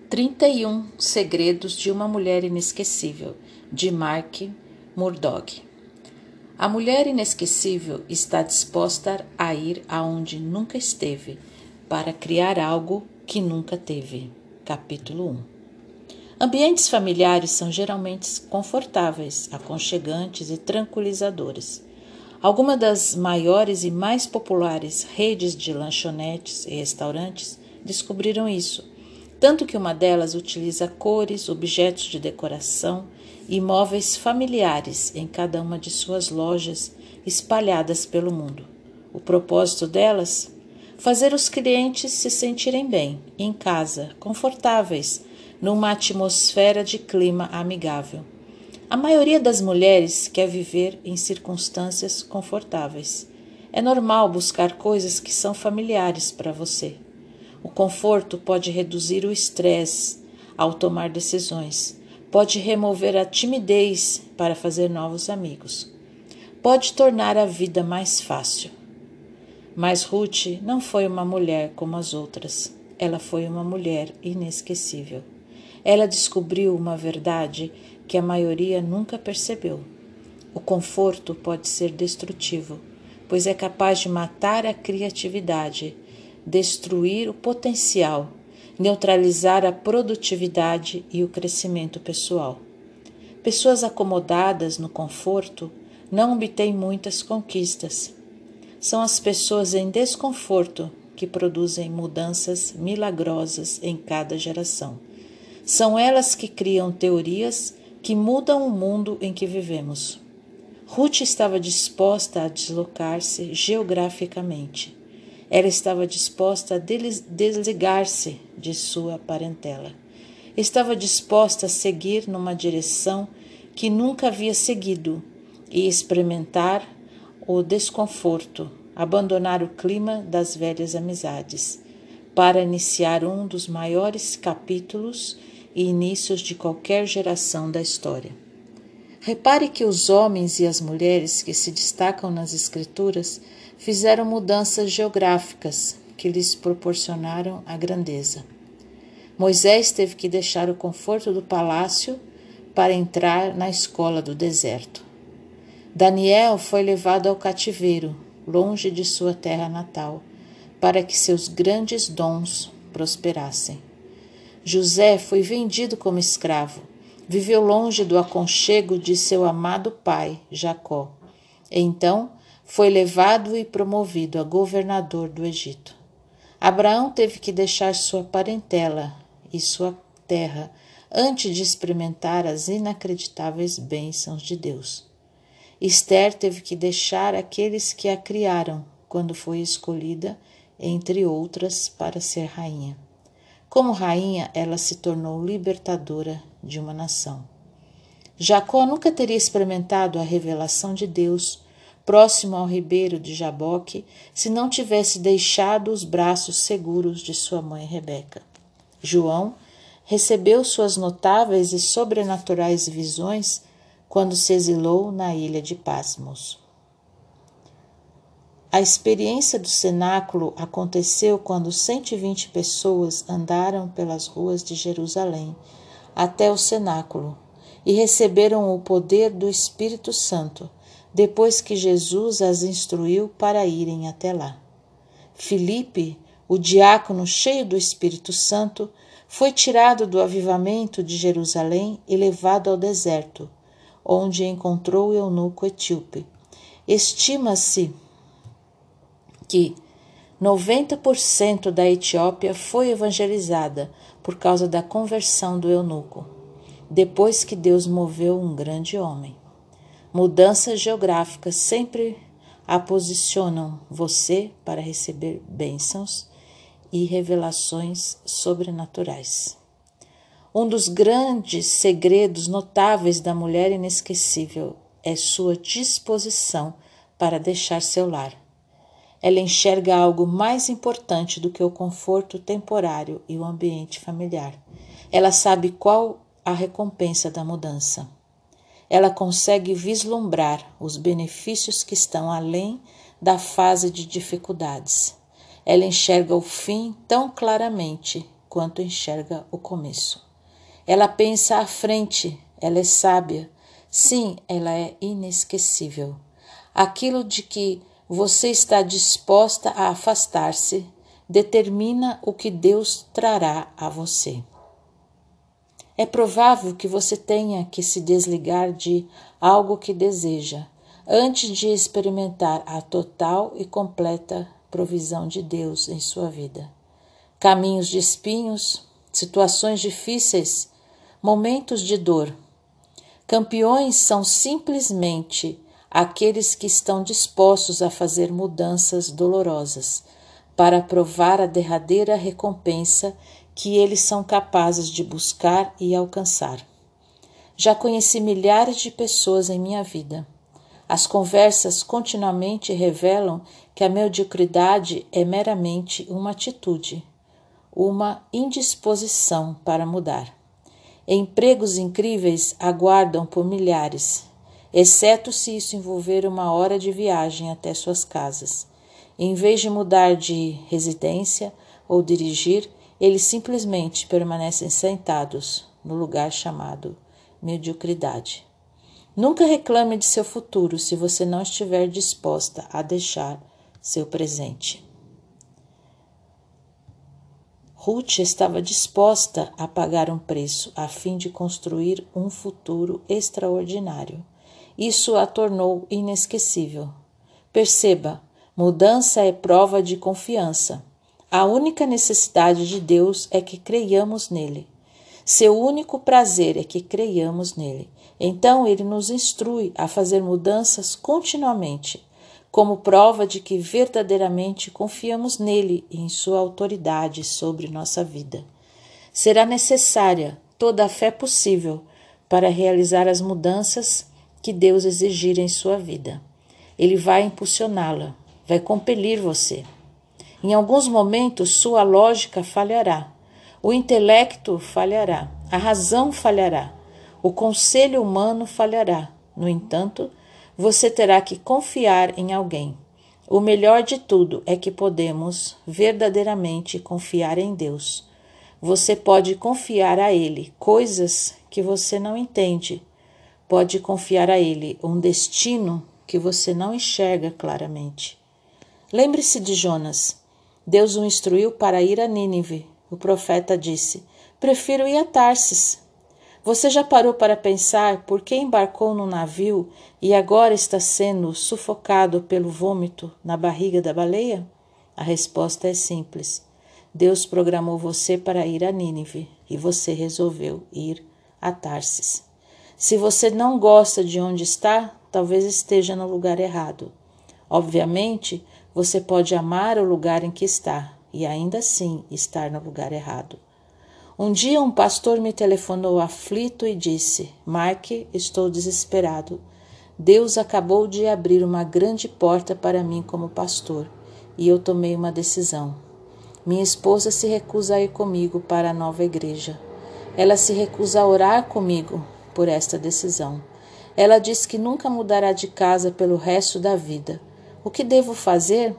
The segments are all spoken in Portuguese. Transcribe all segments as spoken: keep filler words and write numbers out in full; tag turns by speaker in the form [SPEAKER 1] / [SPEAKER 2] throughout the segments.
[SPEAKER 1] trinta e um Segredos de uma Mulher Inesquecível, de Mark Murdock. A mulher inesquecível está disposta a ir aonde nunca esteve, para criar algo que nunca teve. Capítulo um. Ambientes familiares são geralmente confortáveis, aconchegantes e tranquilizadores. Algumas das maiores e mais populares redes de lanchonetes e restaurantes descobriram isso, tanto que uma delas utiliza cores, objetos de decoração e móveis familiares em cada uma de suas lojas espalhadas pelo mundo. O propósito delas? Fazer os clientes se sentirem bem, em casa, confortáveis, numa atmosfera de clima amigável. A maioria das mulheres quer viver em circunstâncias confortáveis. É normal buscar coisas que são familiares para você. O conforto pode reduzir o estresse ao tomar decisões, pode remover a timidez para fazer novos amigos, pode tornar a vida mais fácil. Mas Ruth não foi uma mulher como as outras, ela foi uma mulher inesquecível. Ela descobriu uma verdade que a maioria nunca percebeu. O conforto pode ser destrutivo, pois é capaz de matar a criatividade, destruir o potencial, neutralizar a produtividade e o crescimento pessoal. Pessoas acomodadas no conforto não obtêm muitas conquistas. São as pessoas em desconforto que produzem mudanças milagrosas em cada geração. São elas que criam teorias que mudam o mundo em que vivemos. Ruth estava disposta a deslocar-se geograficamente. Ela estava disposta a desligar-se de sua parentela. Estava disposta a seguir numa direção que nunca havia seguido e experimentar o desconforto, abandonar o clima das velhas amizades, para iniciar um dos maiores capítulos e inícios de qualquer geração da história. Repare que os homens e as mulheres que se destacam nas Escrituras fizeram mudanças geográficas que lhes proporcionaram a grandeza. Moisés teve que deixar o conforto do palácio para entrar na escola do deserto. Daniel foi levado ao cativeiro, longe de sua terra natal, para que seus grandes dons prosperassem. José foi vendido como escravo, viveu longe do aconchego de seu amado pai, Jacó. Então, foi levado e promovido a governador do Egito. Abraão teve que deixar sua parentela e sua terra antes de experimentar as inacreditáveis bênçãos de Deus. Esther teve que deixar aqueles que a criaram quando foi escolhida, entre outras, para ser rainha. Como rainha, ela se tornou libertadora de uma nação. Jacó nunca teria experimentado a revelação de Deus próximo ao ribeiro de Jaboque se não tivesse deixado os braços seguros de sua mãe Rebeca. João recebeu suas notáveis e sobrenaturais visões quando se exilou na ilha de Patmos. A experiência do cenáculo aconteceu quando cento e vinte pessoas andaram pelas ruas de Jerusalém até o cenáculo e receberam o poder do Espírito Santo, depois que Jesus as instruiu para irem até lá. Filipe, o diácono cheio do Espírito Santo, foi tirado do avivamento de Jerusalém e levado ao deserto, onde encontrou o eunuco etíope. Estima-se que noventa por cento da Etiópia foi evangelizada por causa da conversão do eunuco, depois que Deus moveu um grande homem. Mudanças geográficas sempre aposicionam você para receber bênçãos e revelações sobrenaturais. Um dos grandes segredos notáveis da mulher inesquecível é sua disposição para deixar seu lar. Ela enxerga algo mais importante do que o conforto temporário e o ambiente familiar. Ela sabe qual a recompensa da mudança. Ela consegue vislumbrar os benefícios que estão além da fase de dificuldades. Ela enxerga o fim tão claramente quanto enxerga o começo. Ela pensa à frente, ela é sábia. Sim, ela é inesquecível. Aquilo de que você está disposta a afastar-se determina o que Deus trará a você. É provável que você tenha que se desligar de algo que deseja, antes de experimentar a total e completa provisão de Deus em sua vida. Caminhos de espinhos, situações difíceis, momentos de dor. Campeões são simplesmente aqueles que estão dispostos a fazer mudanças dolorosas para provar a derradeira recompensa que eles são capazes de buscar e alcançar. Já conheci milhares de pessoas em minha vida. As conversas continuamente revelam que a mediocridade é meramente uma atitude, uma indisposição para mudar. Empregos incríveis aguardam por milhares, exceto se isso envolver uma hora de viagem até suas casas. Em vez de mudar de residência ou dirigir, eles simplesmente permanecem sentados no lugar chamado mediocridade. Nunca reclame de seu futuro se você não estiver disposta a deixar seu presente. Ruth estava disposta a pagar um preço a fim de construir um futuro extraordinário. Isso a tornou inesquecível. Perceba, mudança é prova de confiança. A única necessidade de Deus é que creiamos nele. Seu único prazer é que creiamos nele. Então ele nos instrui a fazer mudanças continuamente, como prova de que verdadeiramente confiamos nele e em sua autoridade sobre nossa vida. Será necessária toda a fé possível para realizar as mudanças que Deus exigir em sua vida. Ele vai impulsioná-la, vai compelir você. Em alguns momentos, sua lógica falhará, o intelecto falhará, a razão falhará, o conselho humano falhará. No entanto, você terá que confiar em alguém. O melhor de tudo é que podemos verdadeiramente confiar em Deus. Você pode confiar a Ele coisas que você não entende. Pode confiar a Ele um destino que você não enxerga claramente. Lembre-se de Jonas. Deus o instruiu para ir a Nínive. O profeta disse: prefiro ir a Tarsis. Você já parou para pensar por que embarcou no navio e agora está sendo sufocado pelo vômito na barriga da baleia? A resposta é simples. Deus programou você para ir a Nínive e você resolveu ir a Tarsis. Se você não gosta de onde está, talvez esteja no lugar errado. Obviamente, você pode amar o lugar em que está e ainda assim estar no lugar errado. Um dia um pastor me telefonou aflito e disse: Mark, estou desesperado. Deus acabou de abrir uma grande porta para mim como pastor e eu tomei uma decisão. Minha esposa se recusa a ir comigo para a nova igreja. Ela se recusa a orar comigo por esta decisão. Ela diz que nunca mudará de casa pelo resto da vida. O que devo fazer?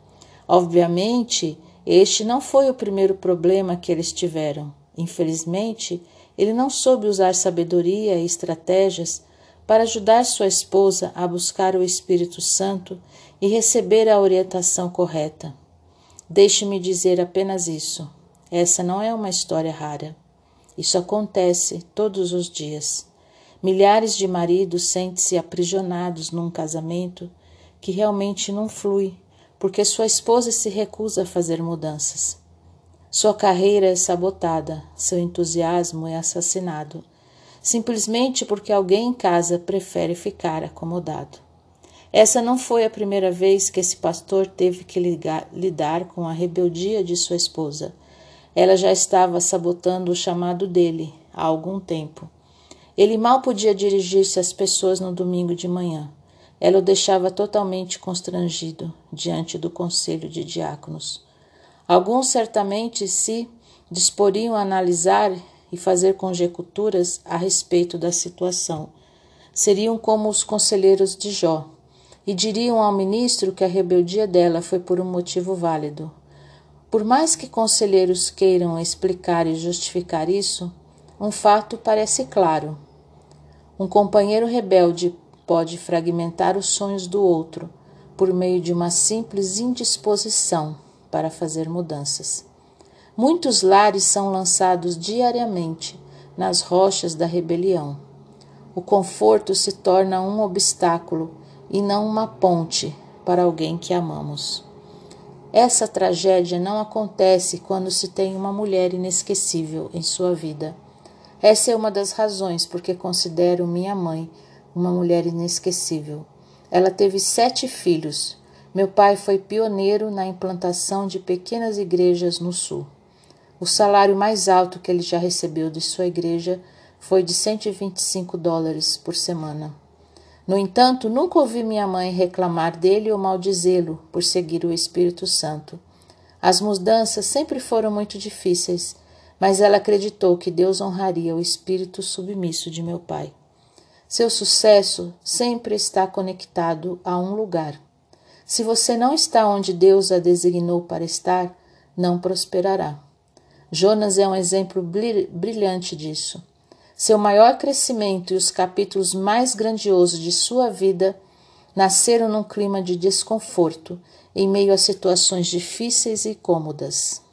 [SPEAKER 1] Obviamente, este não foi o primeiro problema que eles tiveram. Infelizmente, ele não soube usar sabedoria e estratégias para ajudar sua esposa a buscar o Espírito Santo e receber a orientação correta. Deixe-me dizer apenas isso. Essa não é uma história rara. Isso acontece todos os dias. Milhares de maridos sentem-se aprisionados num casamento que realmente não flui, porque sua esposa se recusa a fazer mudanças. Sua carreira é sabotada, seu entusiasmo é assassinado, simplesmente porque alguém em casa prefere ficar acomodado. Essa não foi a primeira vez que esse pastor teve que ligar, lidar com a rebeldia de sua esposa. Ela já estava sabotando o chamado dele há algum tempo. Ele mal podia dirigir-se às pessoas no domingo de manhã. Ela o deixava totalmente constrangido diante do conselho de diáconos. Alguns certamente se disporiam a analisar e fazer conjecturas a respeito da situação. Seriam como os conselheiros de Jó e diriam ao ministro que a rebeldia dela foi por um motivo válido. Por mais que conselheiros queiram explicar e justificar isso, um fato parece claro. Um companheiro rebelde pode fragmentar os sonhos do outro por meio de uma simples indisposição para fazer mudanças. Muitos lares são lançados diariamente nas rochas da rebelião. O conforto se torna um obstáculo e não uma ponte para alguém que amamos. Essa tragédia não acontece quando se tem uma mulher inesquecível em sua vida. Essa é uma das razões porque considero minha mãe uma mulher inesquecível. Ela teve sete filhos. Meu pai foi pioneiro na implantação de pequenas igrejas no sul. O salário mais alto que ele já recebeu de sua igreja foi de cento e vinte e cinco dólares por semana. No entanto, nunca ouvi minha mãe reclamar dele ou maldizê-lo por seguir o Espírito Santo. As mudanças sempre foram muito difíceis, mas ela acreditou que Deus honraria o espírito submisso de meu pai. Seu sucesso sempre está conectado a um lugar. Se você não está onde Deus a designou para estar, não prosperará. Jonas é um exemplo brilhante disso. Seu maior crescimento e os capítulos mais grandiosos de sua vida nasceram num clima de desconforto, em meio a situações difíceis e cômodas.